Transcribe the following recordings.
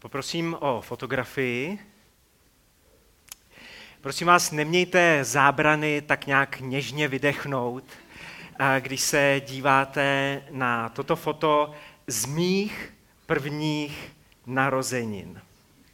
Poprosím o fotografii. Prosím vás, nemějte zábrany tak nějak něžně vydechnout, když se díváte na toto foto z mých prvních narozenin.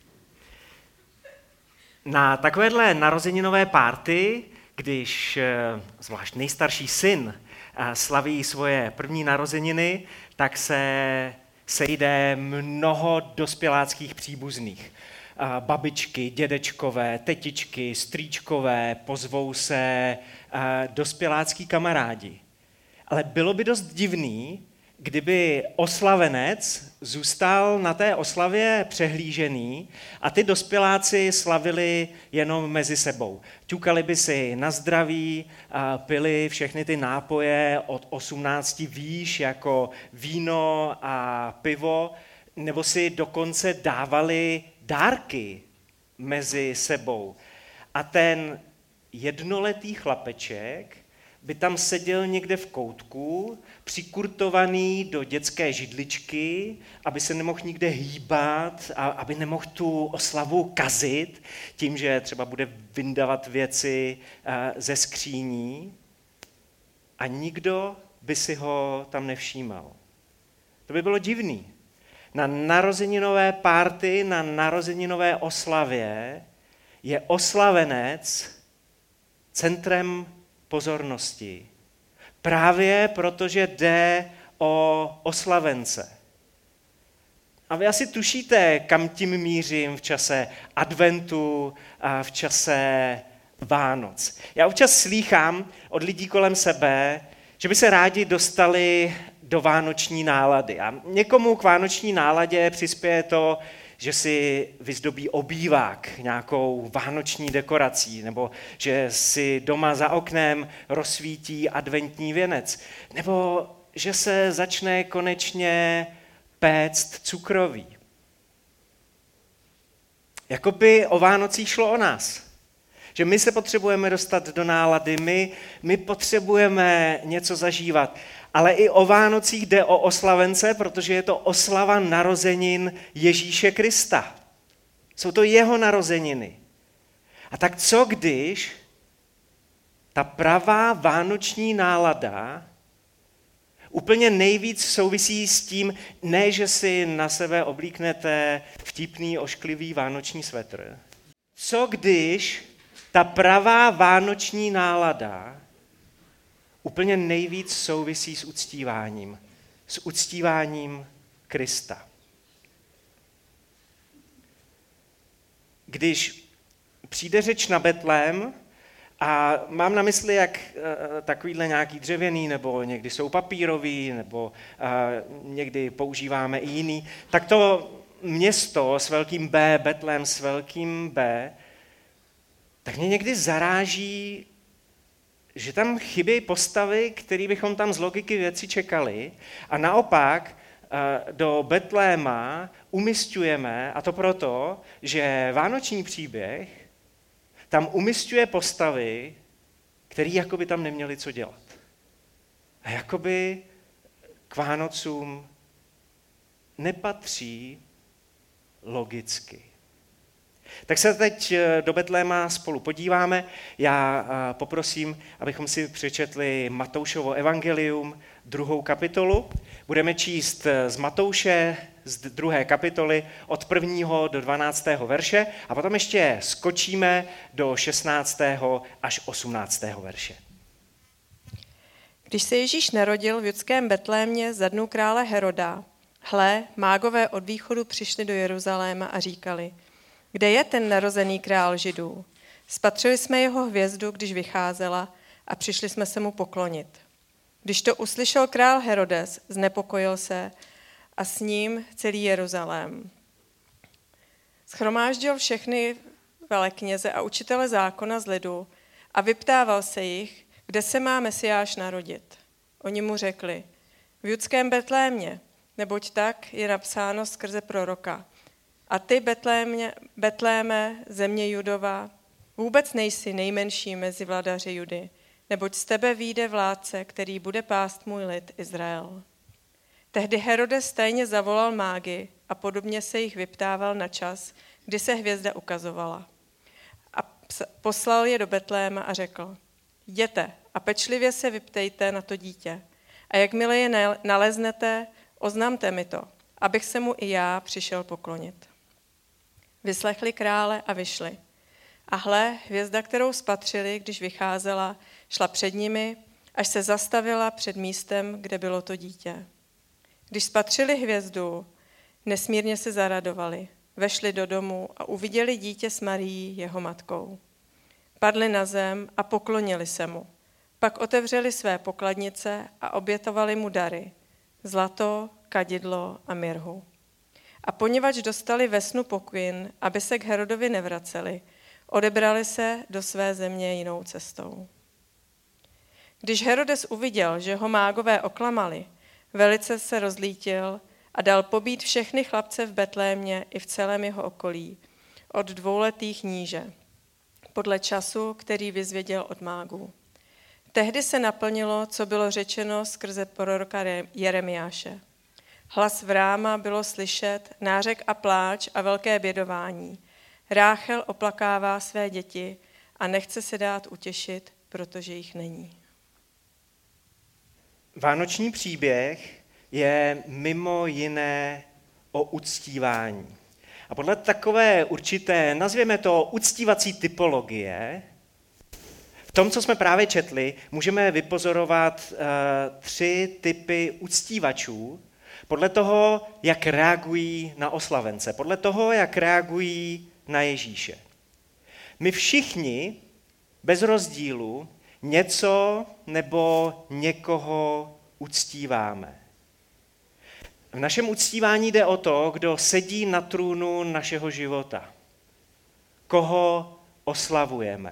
Na takovéhle narozeninové párty, když zvlášť nejstarší syn slaví svoje první narozeniny, tak se sejde mnoho dospěláckých příbuzných. Babičky, dědečkové, tetičky, strýčkové, pozvou se dospělácký kamarádi. Ale bylo by dost divný, kdyby oslavenec zůstal na té oslavě přehlížený a ty dospěláci slavili jenom mezi sebou. Ťukali by si na zdraví, pili všechny ty nápoje od 18 výš, jako víno a pivo, nebo si dokonce dávali dárky mezi sebou. A ten jednoletý chlapeček by tam seděl někde v koutku, přikurtovaný do dětské židličky, aby se nemohl nikde hýbat a aby nemohl tu oslavu kazit tím, že třeba bude vyndavat věci ze skříní a nikdo by si ho tam nevšímal. To by bylo divný. Na narozeninové párty, na narozeninové oslavě je oslavenec centrem pozornosti. Právě protože jde o oslavence. A vy asi tušíte, kam tím mířím v čase adventu a v čase Vánoc. Já občas slýchám od lidí kolem sebe, že by se rádi dostali do vánoční nálady. A někomu k vánoční náladě přispěje to, že si vyzdobí obývák nějakou vánoční dekorací, nebo že si doma za oknem rozsvítí adventní věnec, nebo že se začne konečně péct cukroví. Jakoby o Vánocích šlo o nás. Že my se potřebujeme dostat do nálady, my potřebujeme něco zažívat. Ale i o Vánocích jde o oslavence, protože je to oslava narozenin Ježíše Krista. Jsou to jeho narozeniny. A tak co když ta pravá vánoční nálada úplně nejvíc souvisí s tím, ne, že si na sebe oblíknete vtipný, ošklivý vánoční svetr. Co když ta pravá vánoční nálada úplně nejvíc souvisí s uctíváním Krista. Když přijde řeč na Betlém, a mám na mysli jak takovýhle nějaký dřevěný, nebo někdy jsou papírový, nebo někdy používáme i jiný, tak to město s velkým B, Betlém s velkým B, tak mě někdy zaráží, že tam chybí postavy, které bychom tam z logiky věci čekali a naopak do Betléma umisťujeme, a to proto, že vánoční příběh tam umisťuje postavy, které jakoby tam neměly co dělat. A jakoby k Vánocům nepatří logicky. Tak se teď do Betléma spolu podíváme. Já poprosím, abychom si přečetli Matoušovo evangelium, 2. kapitolu. Budeme číst z Matouše z 2. kapitoly od 1. do 12. verše a potom ještě skočíme do 16. až 18. verše. Když se Ježíš narodil v judském Betlémě za dnů krále Heroda, hle, mágové od východu přišli do Jeruzaléma a říkali: Kde je ten narozený král Židů? Spatřili jsme jeho hvězdu, když vycházela, a přišli jsme se mu poklonit. Když to uslyšel král Herodes, znepokojil se a s ním celý Jeruzalém. Shromáždil všechny velekněze a učitele zákona z lidu a vyptával se jich, kde se má Mesiáš narodit. Oni mu řekli: v judském Betlémě, neboť tak je napsáno skrze proroka. A ty, Betléme, země Judova, vůbec nejsi nejmenší mezi vladaři Judy, neboť z tebe vyjde vládce, který bude pást můj lid Izrael. Tehdy Herodes tajně zavolal mágy a podobně se jich vyptával na čas, kdy se hvězda ukazovala. A poslal je do Betléma a řekl: Jděte a pečlivě se vyptejte na to dítě. A jakmile je naleznete, oznamte mi to, abych se mu i já přišel poklonit. Vyslechli krále a vyšli. A hle, hvězda, kterou spatřili, když vycházela, šla před nimi, až se zastavila před místem, kde bylo to dítě. Když spatřili hvězdu, nesmírně se zaradovali. Vešli do domu a uviděli dítě s Marií, jeho matkou. Padli na zem a poklonili se mu. Pak otevřeli své pokladnice a obětovali mu dary: zlato, kadidlo a mirhu. A poněvadž dostali ve snu pokyn, aby se k Herodovi nevraceli, odebrali se do své země jinou cestou. Když Herodes uviděl, že ho mágové oklamali, velice se rozlítil a dal pobít všechny chlapce v Betlémě i v celém jeho okolí, od 2letých níže, podle času, který vyzvěděl od mágů. Tehdy se naplnilo, co bylo řečeno skrze proroka Jeremiáše. Hlas vráma bylo slyšet, nářek a pláč a velké bědování. Ráchel oplakává své děti a nechce se dát utěšit, protože jich není. Vánoční příběh je mimo jiné o uctívání. A podle takové určité, nazvěme to uctívací typologie, v tom, co jsme právě četli, můžeme vypozorovat 3 typy uctívačů podle toho, jak reagují na oslavence, podle toho, jak reagují na Ježíše. My všichni, bez rozdílu, něco nebo někoho uctíváme. V našem uctívání jde o to, kdo sedí na trůnu našeho života. Koho oslavujeme.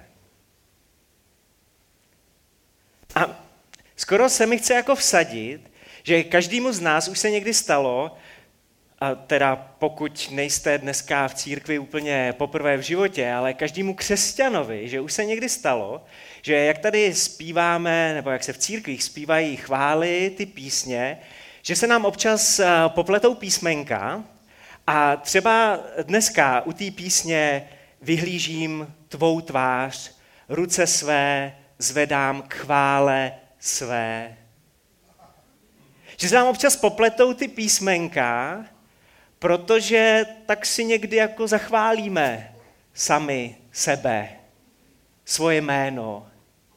A skoro se mi chce jako vsadit, že každému z nás už se někdy stalo, a teda pokud nejste dneska v církvi úplně poprvé v životě, ale každému křesťanovi, že už se někdy stalo, že jak tady zpíváme, nebo jak se v církvích zpívají chvály, ty písně, že se nám občas popletou písmenka a třeba dneska u té písně vyhlížím tvou tvář, ruce své zvedám k chvále své. Že se nám občas popletou ty písmenka, protože tak si někdy jako zachválíme sami sebe, svoje jméno.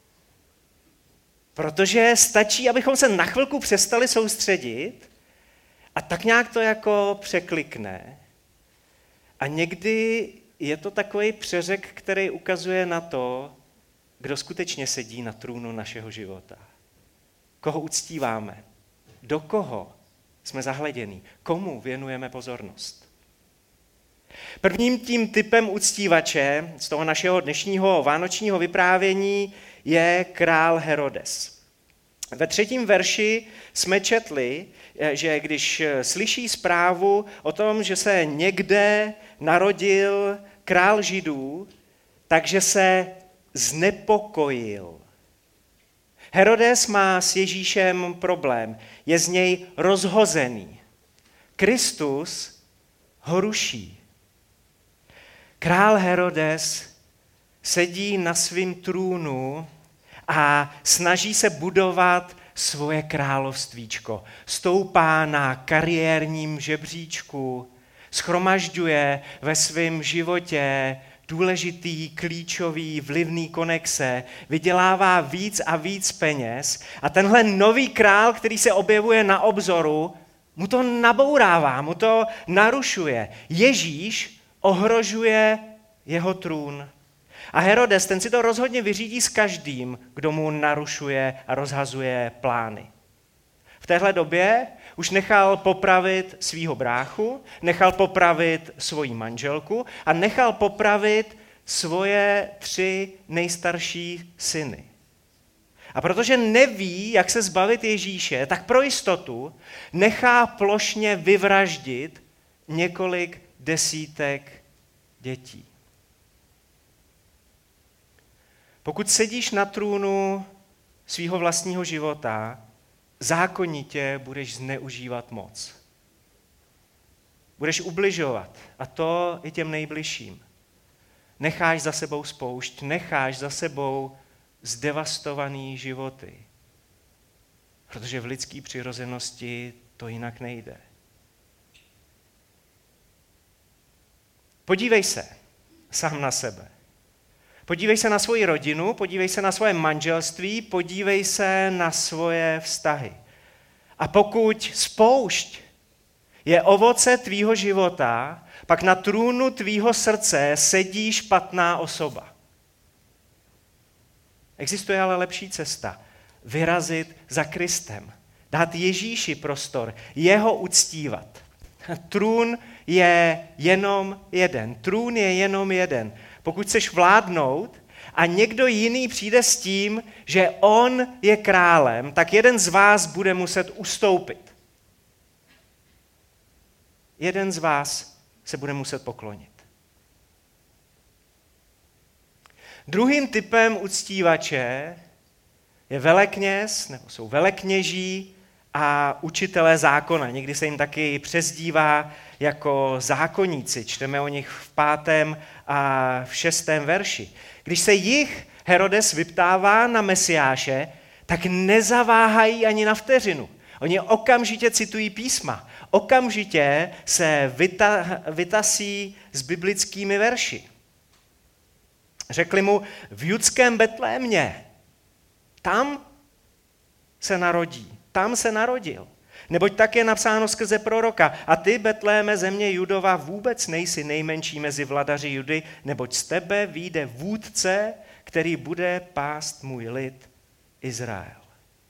Protože stačí, abychom se na chvilku přestali soustředit a tak nějak to jako překlikne. A někdy je to takový přeřek, který ukazuje na to, kdo skutečně sedí na trůnu našeho života. Koho uctíváme? Do koho jsme zahledění? Komu věnujeme pozornost? Prvním tím typem uctívače z toho našeho dnešního vánočního vyprávění je král Herodes. Ve 3. verši jsme četli, že když slyší zprávu o tom, že se někde narodil král Židů, takže se znepokojil. Herodes má s Ježíšem problém, je z něj rozhozený. Kristus ho ruší. Král Herodes sedí na svém trůnu a snaží se budovat svoje královstvíčko. Stoupá na kariérním žebříčku, shromažďuje ve svém životě důležitý, klíčový, vlivný konexe, vydělává víc a víc peněz a tenhle nový král, který se objevuje na obzoru, mu to nabourává, mu to narušuje. Ježíš ohrožuje jeho trůn. A Herodes, ten si to rozhodně vyřídí s každým, kdo mu narušuje a rozhazuje plány. V téhle době už nechal popravit svýho bráchu, nechal popravit svoji manželku a nechal popravit svoje 3 nejstarší syny. A protože neví, jak se zbavit Ježíše, tak pro jistotu nechá plošně vyvraždit několik desítek dětí. Pokud sedíš na trůnu svého vlastního života, zákonitě budeš zneužívat moc. Budeš ubližovat, a to i těm nejbližším. Necháš za sebou spoušť, necháš za sebou zdevastovaný životy. Protože v lidské přirozenosti to jinak nejde. Podívej se sám na sebe. Podívej se na svoji rodinu, podívej se na svoje manželství, podívej se na svoje vztahy. A pokud spoušť je ovoce tvýho života, pak na trůnu tvýho srdce sedí špatná osoba. Existuje ale lepší cesta. Vyrazit za Kristem. Dát Ježíši prostor. Jeho uctívat. Trůn je jenom jeden. Trůn je jenom jeden. Pokud chceš vládnout a někdo jiný přijde s tím, že on je králem, tak jeden z vás bude muset ustoupit. Jeden z vás se bude muset poklonit. Druhým typem uctívače je velekněz, nebo jsou velekněží a učitelé zákona. Někdy se jim taky přezdívá jako zákonníci. Čteme o nich v 5. a v 6. verši. Když se jich Herodes vyptává na Mesiáše, tak nezaváhají ani na vteřinu. Oni okamžitě citují písma. Okamžitě se vytasí s biblickými verši. Řekli mu, v judském Betlémě, tam se narodí, tam se narodil. Neboť tak je napsáno skrze proroka. A ty, Betléme, země Judova, vůbec nejsi nejmenší mezi vladaři Judy, neboť z tebe vyjde vůdce, který bude pást můj lid Izrael.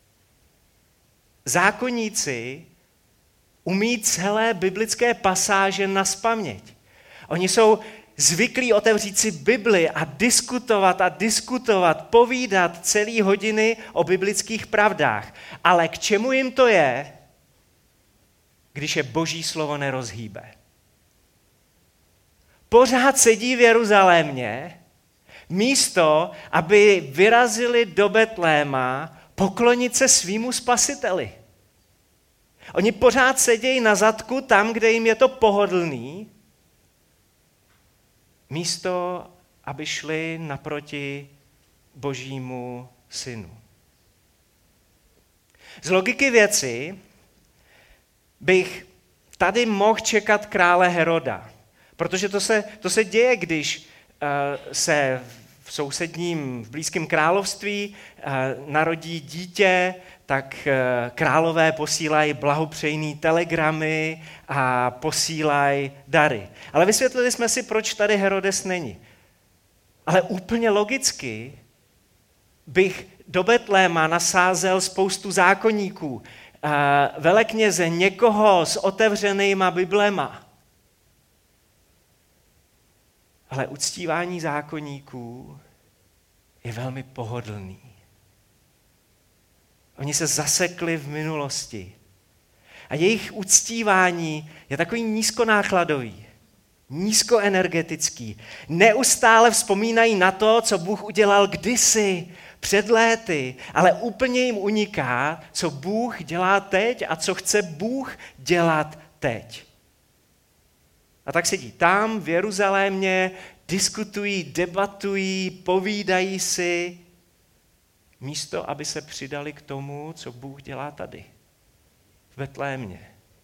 Zákonníci umí celé biblické pasáže nazpaměť. Oni jsou zvyklí otevřít si Bibli a diskutovat, povídat celý hodiny o biblických pravdách. Ale k čemu jim to je, když je Boží slovo nerozhýbe? Pořád sedí v Jeruzalémě, místo, aby vyrazili do Betléma poklonit se svýmu spasiteli. Oni pořád sedějí na zadku tam, kde jim je to pohodlný, místo, aby šli naproti Božímu synu. Z logiky věci bych tady mohl čekat krále Heroda, protože to se děje, když se v sousedním, v blízkém království narodí dítě, tak králové posílají blahopřejný telegramy a posílají dary. Ale vysvětlili jsme si, proč tady Herodes není. Ale úplně logicky bych do Betléma nasázel spoustu zákonníků, velekněze, někoho s otevřenýma Biblema. Ale uctívání zákonníků je velmi pohodlný. Oni se zasekli v minulosti. A jejich uctívání je takový nízkonákladový, nízkoenergetický. Neustále vzpomínají na to, co Bůh udělal kdysi, před léty, ale úplně jim uniká, co Bůh dělá teď a co chce Bůh dělat teď. A tak sedí tam v Jeruzalémě, diskutují, debatují, povídají si, místo, aby se přidali k tomu, co Bůh dělá tady, v Betlémě.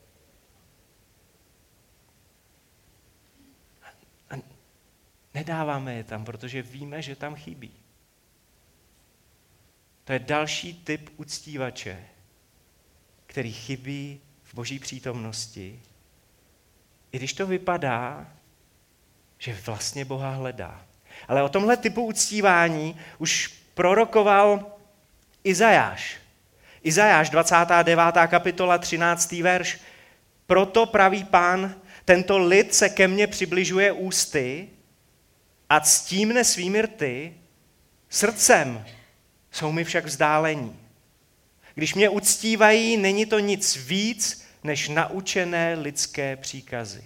A nedáváme je tam, protože víme, že tam chybí. To je další typ uctívače, který chybí v Boží přítomnosti, i když to vypadá, že vlastně Boha hledá. Ale o tomhle typu uctívání už prorokoval Izajáš. Izajáš, 29. kapitola, 13. verš. Proto praví Pán, tento lid se ke mně přibližuje ústy a ctí mne svými rty, srdcem jsou mi však vzdálení. Když mě uctívají, není to nic víc, než naučené lidské příkazy.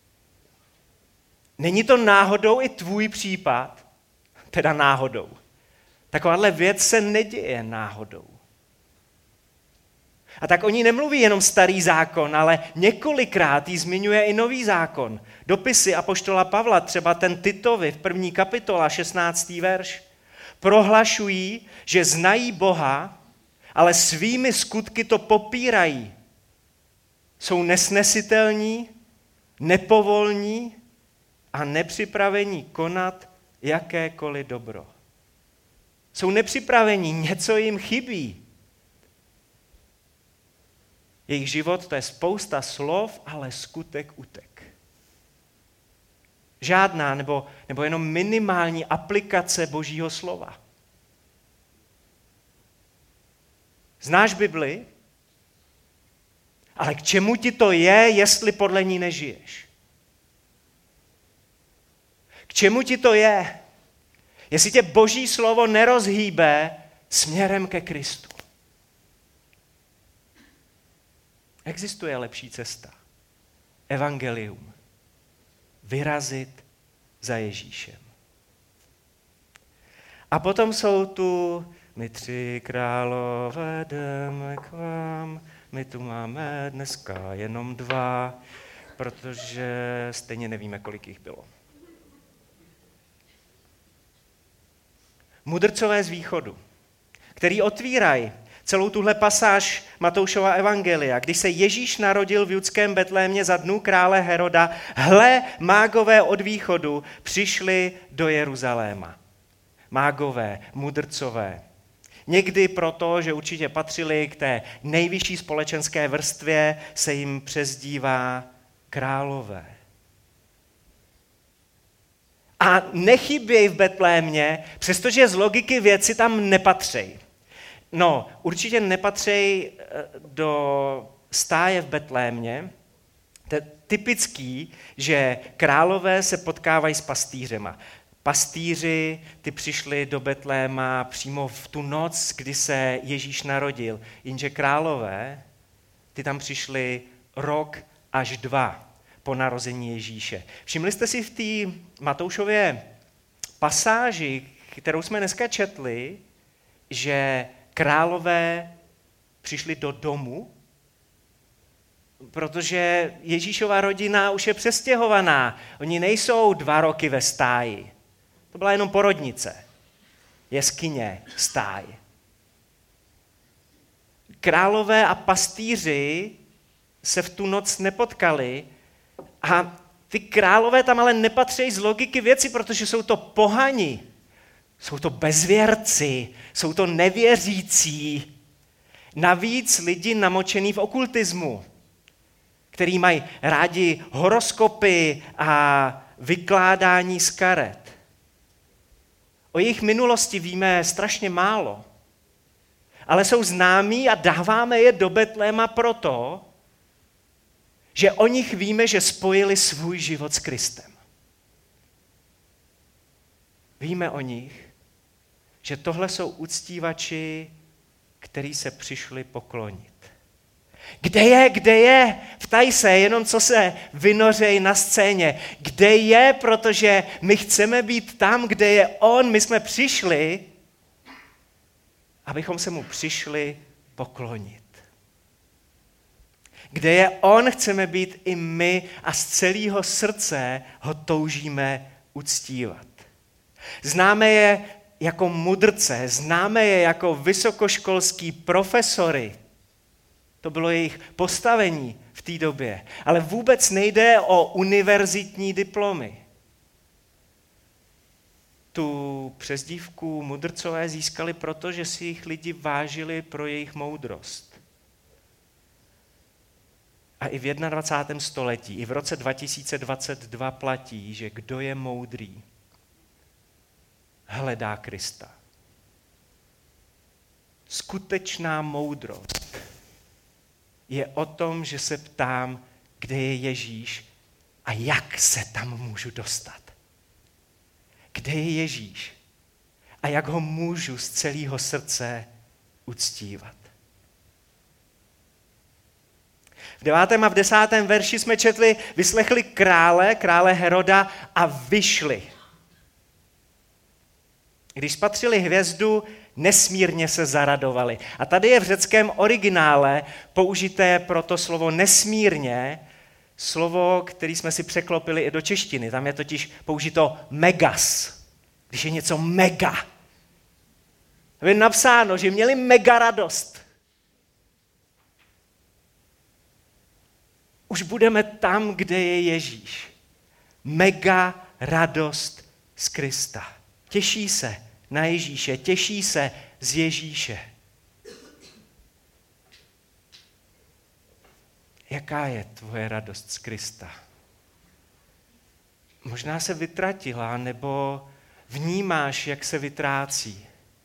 Není to náhodou i tvůj případ? Teda náhodou. Takováhle věc se neděje náhodou. A tak oni nemluví jenom starý zákon, ale několikrát jí zmiňuje i nový zákon. Dopisy apoštola Pavla, třeba ten Titovi v 1. kapitola, 16. verš, prohlašují, že znají Boha, ale svými skutky to popírají. Jsou nesnesitelní, nepovolní a nepřipravení konat jakékoliv dobro. Jsou nepřipravení, něco jim chybí. Jejich život to je spousta slov, ale skutek utek. Žádná nebo jenom minimální aplikace Božího slova. Znáš Bibli? Ale k čemu ti to je, jestli podle ní nežiješ? K čemu ti to je, jestli tě Boží slovo nerozhýbe směrem ke Kristu? Existuje lepší cesta. Evangelium. Vyrazit za Ježíšem. A potom jsou tu my 3 králové jdeme k vám, my tu máme dneska jenom 2, protože stejně nevíme, kolik jich bylo. Mudrcové z východu, který otvírají celou tuhle pasáž Matoušova evangelia. Když se Ježíš narodil v judském Betlémě za dnů krále Heroda, hle, mágové od východu přišli do Jeruzaléma. Mágové, mudrcové. Někdy proto, že určitě patřili k té nejvyšší společenské vrstvě, se jim přezdívá králové. A nechybějí v Betlémě, přestože z logiky věci tam nepatří. No, určitě nepatří do stáje v Betlémě. To je typický, že králové se potkávají s pastýřema. Pastýři, ty přišli do Betléma přímo v tu noc, kdy se Ježíš narodil. Jenže králové, ty tam přišli 1 až 2 po narození Ježíše. Všimli jste si v té Matoušově pasáži, kterou jsme dneska četli, že králové přišli do domu, protože Ježíšova rodina už je přestěhovaná. Oni nejsou 2 roky ve stáji. To byla jenom porodnice, jeskyně, stáj. Králové a pastýři se v tu noc nepotkali a ty králové tam ale nepatří z logiky věci, protože jsou to pohani, jsou to bezvěrci, jsou to nevěřící. Navíc lidi namočený v okultismu, který mají rádi horoskopy a vykládání z karet. O jejich minulosti víme strašně málo, ale jsou známí a dáváme je do Betléma proto, že o nich víme, že spojili svůj život s Kristem. Víme o nich, že tohle jsou uctívači, kteří se přišli poklonit. Kde je? Ptají se, jenom co se vynořej na scéně. Kde je, protože my chceme být tam, kde je on. My jsme přišli, abychom se mu přišli poklonit. Kde je on, chceme být i my a z celého srdce ho toužíme uctívat. Známe je jako mudrce, známe je jako vysokoškolský profesory. To bylo jejich postavení v té době. Ale vůbec nejde o univerzitní diplomy. Tu přezdívku mudrcové získali proto, že si jich lidi vážili pro jejich moudrost. A i v 21. století, i v roce 2022 platí, že kdo je moudrý, hledá Krista. Skutečná moudrost je o tom, že se ptám, kde je Ježíš a jak se tam můžu dostat. Kde je Ježíš a jak ho můžu z celého srdce uctívat. V 9. a v 10. verši jsme četli, vyslechli krále Heroda a vyšli. Když spatřili hvězdu, nesmírně se zaradovali. A tady je v řeckém originále použité pro to slovo nesmírně, slovo, který jsme si překlopili i do češtiny. Tam je totiž použito megas, když je něco mega. Tam je napsáno, že měli mega radost. Už budeme tam, kde je Ježíš. Mega radost z Krista. Těší se na Ježíše, těší se z Ježíše. Jaká je tvoje radost z Krista? Možná se vytratila, nebo vnímáš, jak se vytrácí.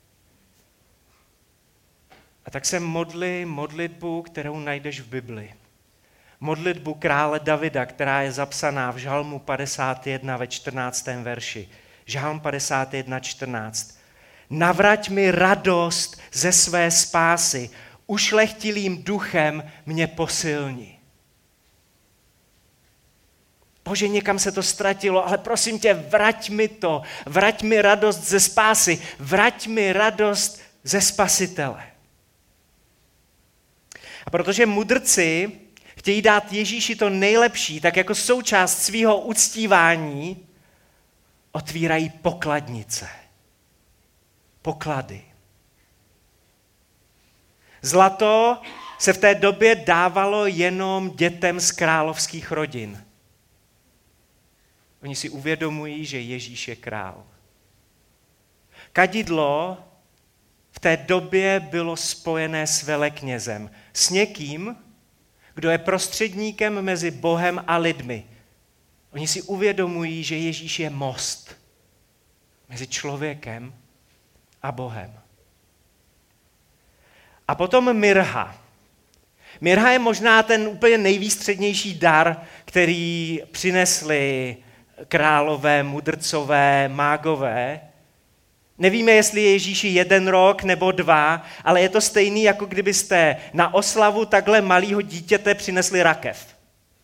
A tak se modli modlitbu, kterou najdeš v Bibli. Modlitbu krále Davida, která je zapsaná v Žalmu 51 ve 14. verši. Žalm 51, 14. Navrať mi radost ze své spásy, ušlechtilým duchem mě posilni. Bože, někam se to ztratilo, ale prosím tě, vrať mi to, vrať mi radost ze spásy, vrať mi radost ze Spasitele. A protože mudrci chtějí dát Ježíši to nejlepší, tak jako součást svého uctívání otvírají pokladnice. Poklady. Zlato se v té době dávalo jenom dětem z královských rodin. Oni si uvědomují, že Ježíš je král. Kadidlo v té době bylo spojené s veleknězem, s někým, kdo je prostředníkem mezi Bohem a lidmi. Oni si uvědomují, že Ježíš je most mezi člověkem a Bohem. A potom mirha. Mirha je možná ten úplně nejvýstřednější dar, který přinesli králové, mudrcové, mágové. Nevíme, jestli je Ježíši 1 rok nebo 2, ale je to stejný, jako kdybyste na oslavu takhle malého dítěte přinesli rakev.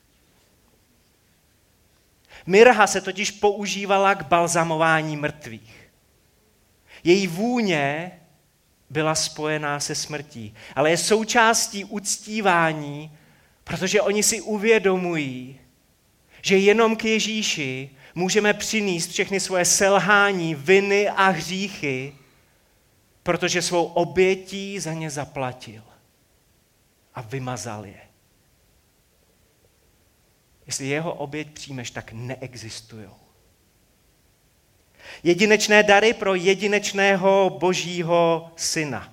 Mirha se totiž používala k balzamování mrtvých. Její vůně byla spojená se smrtí, ale je součástí uctívání, protože oni si uvědomují, že jenom k Ježíši můžeme přinést všechny svoje selhání, viny a hříchy, protože svou obětí za ně zaplatil a vymazal je. Jestli jeho oběť přijmeš, tak neexistujou. Jedinečné dary pro jedinečného Božího syna,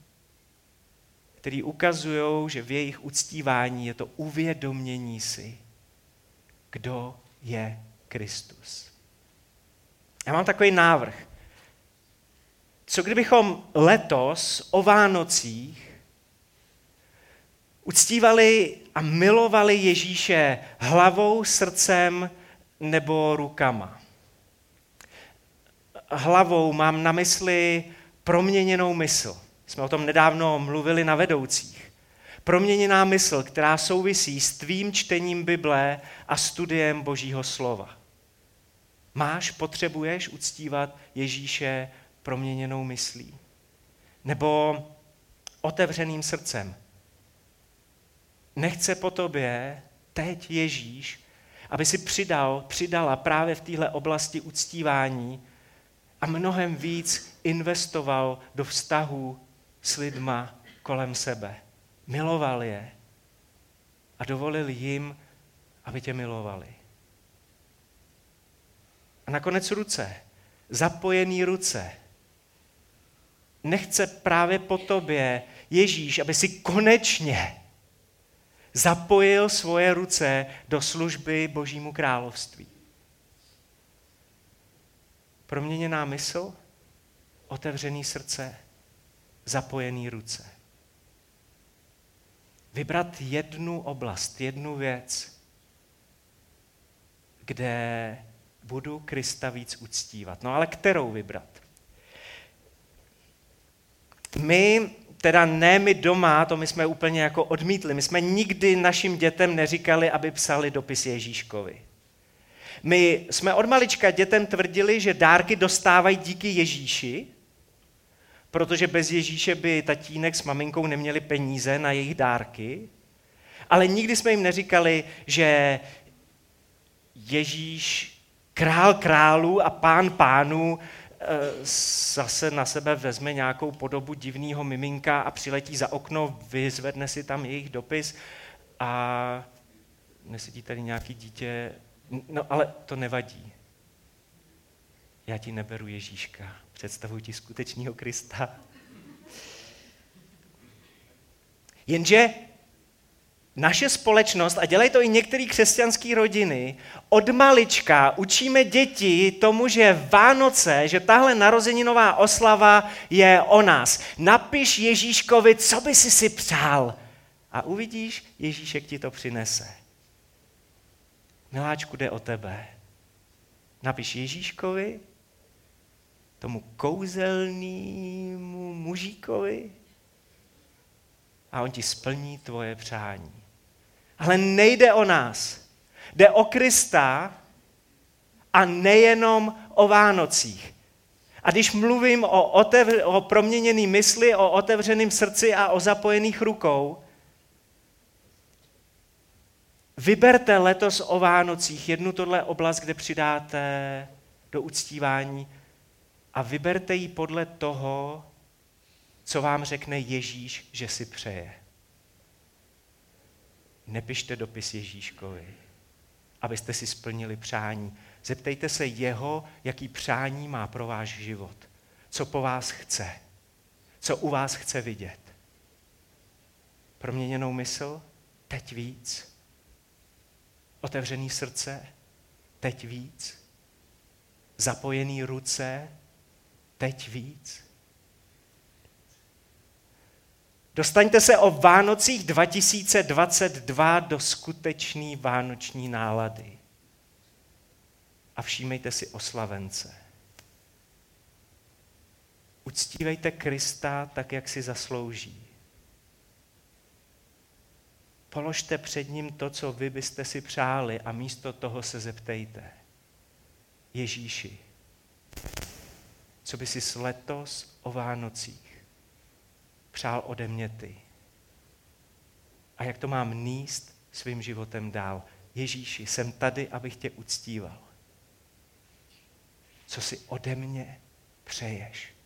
který ukazují, že v jejich uctívání je to uvědomění si, kdo je Kristus. Já mám takový návrh. Co kdybychom letos o Vánocích uctívali a milovali Ježíše hlavou, srdcem nebo rukama? Hlavou mám na mysli proměněnou mysl. Jsme o tom nedávno mluvili na vedoucích. Proměněná mysl, která souvisí s tvým čtením Bible a studiem Božího slova. Potřebuješ uctívat Ježíše proměněnou myslí? Nebo otevřeným srdcem? Nechce po tobě teď Ježíš, aby si přidala právě v téhle oblasti uctívání a mnohem víc investoval do vztahů s lidma kolem sebe. Miloval je a dovolil jim, aby tě milovali. A nakonec ruce, zapojený ruce. Nechce právě po tobě Ježíš, aby si konečně zapojil svoje ruce do služby Božímu království. Proměněná mysl, otevřený srdce, zapojený ruce. Vybrat jednu oblast, jednu věc, kde budu Krista víc uctívat. No ale kterou vybrat? My doma, to my jsme úplně jako odmítli. My jsme nikdy našim dětem neříkali, aby psali dopis Ježíškovi. My jsme od malička dětem tvrdili, že dárky dostávají díky Ježíši, protože bez Ježíše by tatínek s maminkou neměli peníze na jejich dárky, ale nikdy jsme jim neříkali, že Ježíš, král králů a pán pánů, zase na sebe vezme nějakou podobu divného miminka a přiletí za okno, vyzvedne si tam jejich dopis a nesedí tady nějaký dítě, no ale to nevadí. Já ti neberu Ježíška, představuji ti skutečného Krista. Jenže naše společnost, a dělají to i některé křesťanské rodiny, od malička učíme děti tomu, že Vánoce, že tahle narozeninová oslava je o nás. Napiš Ježíškovi, co by si přál. A uvidíš, Ježíšek ti to přinese. Miláčku, jde o tebe. Napiš Ježíškovi, tomu kouzelnému mužíkovi, a on ti splní tvoje přání. Ale nejde o nás. Jde o Krista a nejenom o Vánocích. A když mluvím o proměněné mysli, o otevřeném srdci a o zapojených rukou, vyberte letos o Vánocích jednu tohle oblast, kde přidáte do uctívání a vyberte ji podle toho, co vám řekne Ježíš, že si přeje. Nepište dopis Ježíškovi, abyste si splnili přání. Zeptejte se jeho, jaký přání má pro váš život. Co po vás chce. Co u vás chce vidět. Proměněnou mysl? Teď víc. Otevřený srdce? Teď víc. Zapojený ruce? Teď víc. Dostaňte se o Vánocích 2022 do skutečné vánoční nálady. A všímejte si oslavence. Uctívejte Krista tak, jak si zaslouží. Položte před ním to, co vy byste si přáli a místo toho se zeptejte. Ježíši, co by si letos o Vánocích přál ode mě ty? A jak to mám nést svým životem dál? Ježíši, jsem tady, abych tě uctíval. Co si ode mě přeješ?